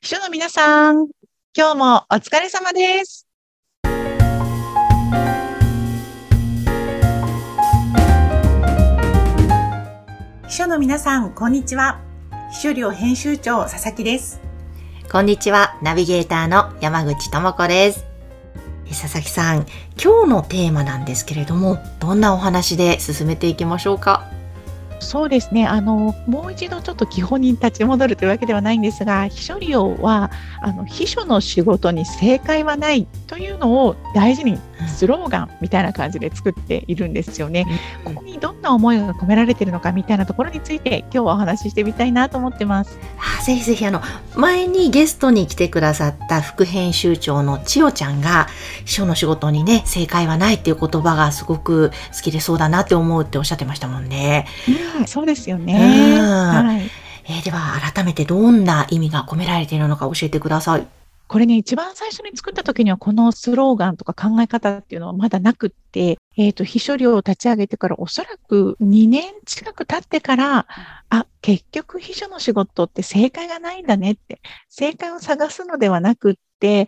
秘書の皆さん、今日もお疲れ様です。秘書の皆さん、こんにちは。秘書寮編集長佐々木です。 こんにちは。ナビゲーターの山口智子です。佐々木さん、今日のテーマなんですけれども、どんなお話で進めていきましょうか？ そうですね。もう一度ちょっと基本に立ち戻るというわけではないんですが、秘書寮は、秘書の仕事に正解はないというのを大事にスローガンみたいな感じで作っているんですよね。ここにどんな思いが込められているのかみたいなところについて今日はお話ししてみたいなと思ってます。 ぜひぜひ前にゲストに来てくださった副編集長の千代ちゃんが、秘書の仕事にね、正解はないっていう言葉がすごく好きでそうだなって思うっておっしゃってましたもんね。 そうですよね。はい。 では改めてどんな意味が込められているのか教えてください。 これね、一番最初に作った時にはこのスローガンとか考え方っていうのはまだなくって、秘書寮を立ち上げてからおそらく2年近く経ってから、結局秘書の仕事って正解がないんだねって、正解を探すのではなくって、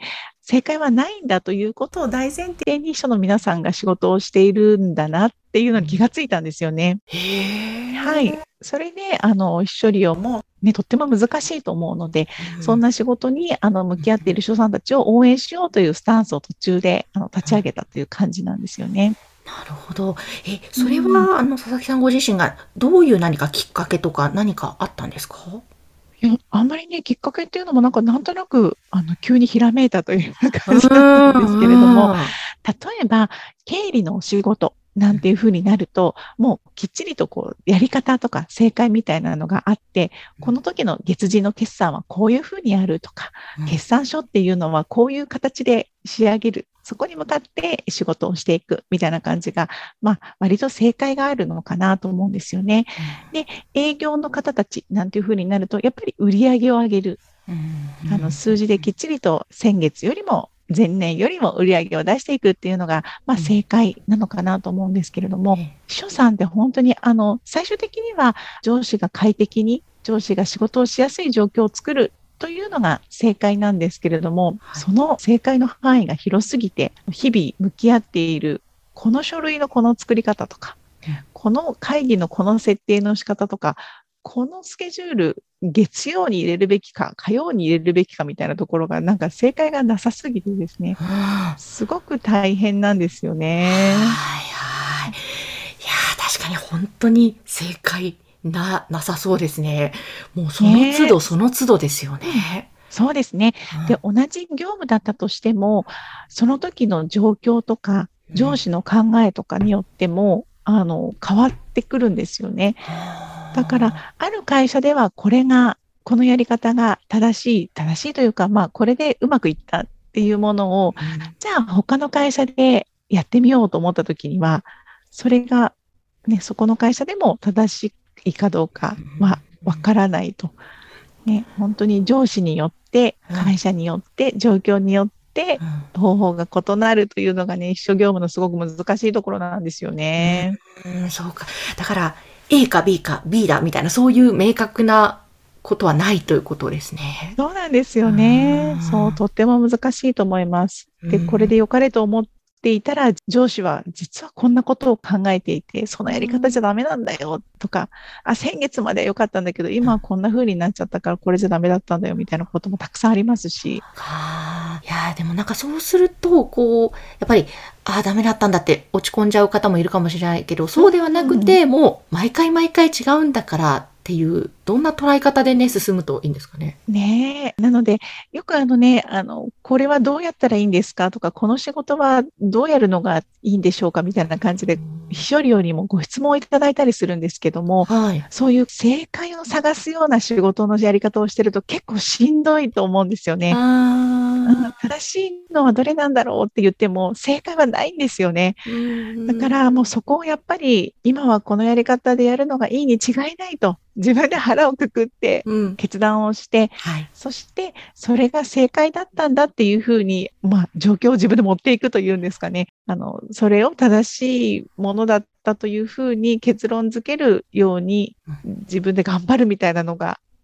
正解はないんだということを大前提に秘書の皆さんが仕事をしているんだなっていうのに気がついたんですよね。はい。それで、秘書利用もね、とっても難しいと思うので、そんな仕事に、向き合っている秘書さんたちを応援しようというスタンスを途中で、立ち上げたという感じなんですよね。 なるほど。それは、佐々木さんご自身がどういう何かきっかけとか何かあったんですか？ いや、あんまりね、きっかけっていうのもなんとなく、急にひらめいたという感じだったんですけれども、例えば、経理のお仕事なんていうふうになると、もうきっちりとこう、やり方とか正解みたいなのがあって、この時の月次の決算はこういうふうにやるとか、決算書っていうのはこういう形で仕上げる。そこに向かって仕事をしていくみたいな感じが、割と正解があるのかなと思うんですよね。で、営業の方たちなんていうふうになると、やっぱり売り上げを上げる。数字できっちりと先月よりも前年よりも売り上げを出していくっていうのが、正解なのかなと思うんですけれども、秘書さんって本当に最終的には上司が快適に、上司が仕事をしやすい状況を作るというのが正解なんですけれども、その正解の範囲が広すぎて、日々向き合っている、この書類のこの作り方とか、この会議のこの設定の仕方とか、このスケジュール、月曜に入れるべきか、火曜に入れるべきかみたいなところが、なんか正解がなさすぎてですね、すごく大変なんですよね。 いや確かに本当に正解なさそうですね。もうその都度その都度ですよね。 そうですね。で、同じ業務だったとしても、その時の状況とか、上司の考えとかによっても、変わってくるんですよね。だから、ある会社ではこのやり方が正しいというか、これでうまくいったっていうものを、じゃあ他の会社でやってみようと思った時には、それがね、そこの会社でも正しいかどうかはわからないと。ね、本当に上司によって、会社によって、状況によって、方法が異なるというのがね、秘書業務のすごく難しいところなんですよね。 そうか。だから、A か B か B だみたいな、そういう明確なことはないということですね。 そうなんですよね。そう、とっても難しいと思います。で、これで良かれと思っていたら、上司は実はこんなことを考えていて、そのやり方じゃダメなんだよとか、先月までは良かったんだけど、今はこんな風になっちゃったからこれじゃダメだったんだよみたいなこともたくさんありますし。 いやでもなんかそうすると、こう、やっぱり、ダメだったんだって落ち込んじゃう方もいるかもしれないけど、そうではなくて、もう毎回毎回違うんだからっていう、どんな捉え方でね、進むといいんですかね。 ねえ。なので、よくこれはどうやったらいいんですかとか、この仕事はどうやるのがいいんでしょうかみたいな感じで、秘書寮にもご質問をいただいたりするんですけども、そういう正解を探すような仕事のやり方をしてると結構しんどいと思うんですよね。正しいのはどれなんだろうって言っても正解はないんですよね。だからもうそこをやっぱり今はこのやり方でやるのがいいに違いないと自分で腹をくくって決断をして、そしてそれが正解だったんだっていうふうに、状況を自分で持っていくというんですかね。それを正しいものだったというふうに結論付けるように自分で頑張るみたいなのが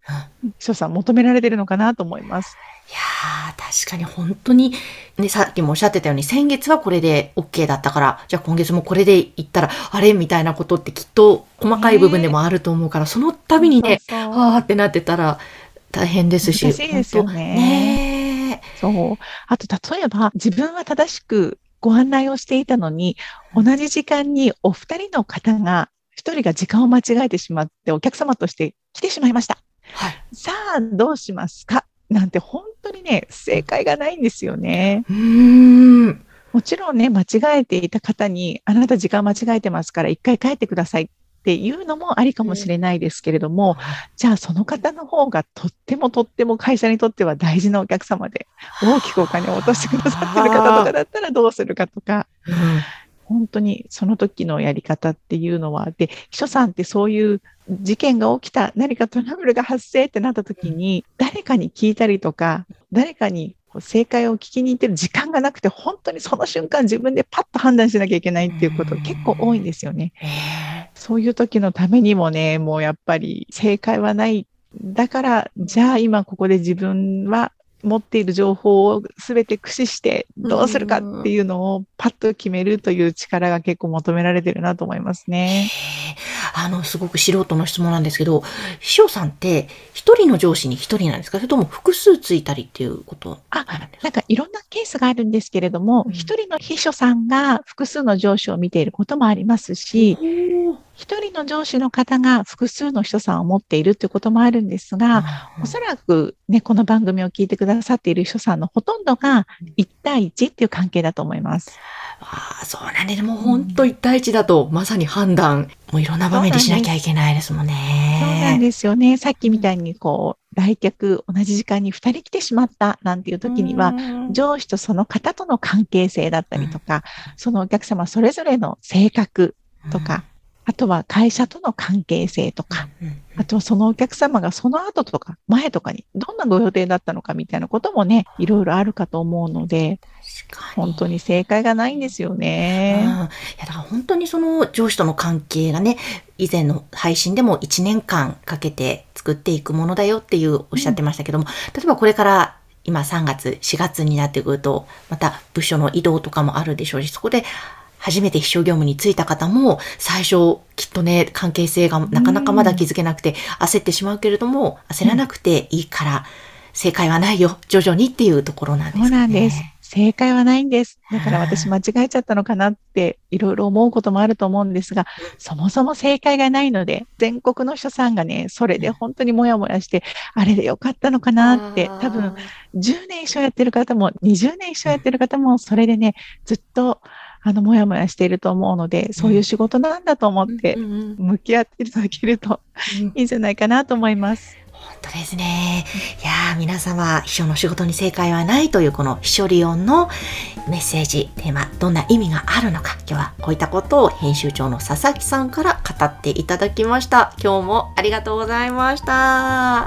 秘書さん求められてるのかなと思います。 いやー、確かに本当に、ね、さっきもおっしゃってたように、先月はこれで OK だったから、じゃあ今月もこれでいったら、あれみたいなことってきっと細かい部分でもあると思うから、その度にね、 そうそうそうあーってなってたら大変ですし、 難しいですよ本当ね。 ねそう。あと、例えば、自分は正しくご案内をしていたのに、同じ時間にお二人の方が、一人が時間を間違えてしまって、お客様として来てしまいました。 はい。 さあ、どうしますかなんて、本当にね、正解がないんですよね。 うーん。 もちろんね、間違えていた方に、あなた時間間違えてますから、一回帰ってくださいっていうのもありかもしれないですけれども、じゃあその方の方がとってもとっても会社にとっては大事なお客様で、大きくお金を落としてくださってる方とかだったらどうするかとか、 うん。 本当にその時のやり方っていうのは、で、秘書さんってそういう事件が起きた、何かトラブルが発生ってなった時に、誰かに聞いたりとか、誰かに正解を聞きに行ってる時間がなくて、本当にその瞬間自分でパッと判断しなきゃいけないっていうことが結構多いんですよね。そういう時のためにもね、もうやっぱり正解はない。だから、じゃあ今ここで自分は持っている情報をすべて駆使してどうするかっていうのをパッと決めるという力が結構求められてるなと思いますね。 すごく素人の質問なんですけど、秘書さんって一人の上司に一人なんですか？それとも複数ついたりっていうことあ、 あるんですか？ なんかいろんなケースがあるんですけれども、一人の秘書さんが複数の上司を見ていることもありますし、一人の上司の方が複数の秘書さんを持っているということもあるんですが、おそらくね、この番組を聞いてくださっている秘書さんのほとんどが1対1っていう関係だと思います。 ああ、そうなんです。もう本当一対一だと、まさに判断、もういろんな場面でしなきゃいけないですもんそうなんね。 ですよね。さっきみたいに来客同じ時間に2人来てしまったなんていう時には、上司とその方との関係性だったりとか、そのお客様それぞれの性格とか、あとは会社との関係性とか、あとはそのお客様がその後とか前とかにどんなご予定だったのかみたいなこともね、いろいろあるかと思うので、本当に正解がないんですよね。 いや、だから本当にその上司との関係がね、以前の配信でも1年間かけて作っていくものだよっていうおっしゃってましたけども、例えばこれから今3月、4月になってくると、また部署の移動とかもあるでしょうし、そこで初めて秘書業務に就いた方も、最初きっとね、関係性がなかなかまだ気づけなくて焦ってしまうけれども、焦らなくていいから、正解はないよ、徐々にっていうところなんですかね。 そうなんです。正解はないんです。だから私間違えちゃったのかなっていろいろ思うこともあると思うんですが、そもそも正解がないので、全国の秘書さんがね、それで本当にもやもやして、あれでよかったのかなって、多分10年一緒やってる方も20年一緒やってる方も、それでね、ずっともやもやしていると思うので、そういう仕事なんだと思って向き合っていただけるといいんじゃないかなと思います。 本当ですね。いやー、皆様、秘書の仕事に正解はないというこの秘書リオンのメッセージ、テーマ、どんな意味があるのか、今日はこういったことを編集長の佐々木さんから語っていただきました。今日もありがとうございました。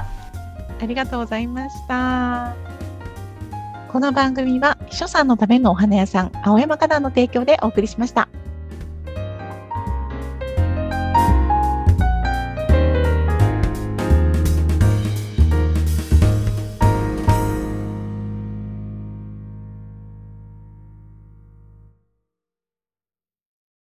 ありがとうございました。この番組は秘書さんのためのお花屋さん、青山花壇の提供でお送りしました。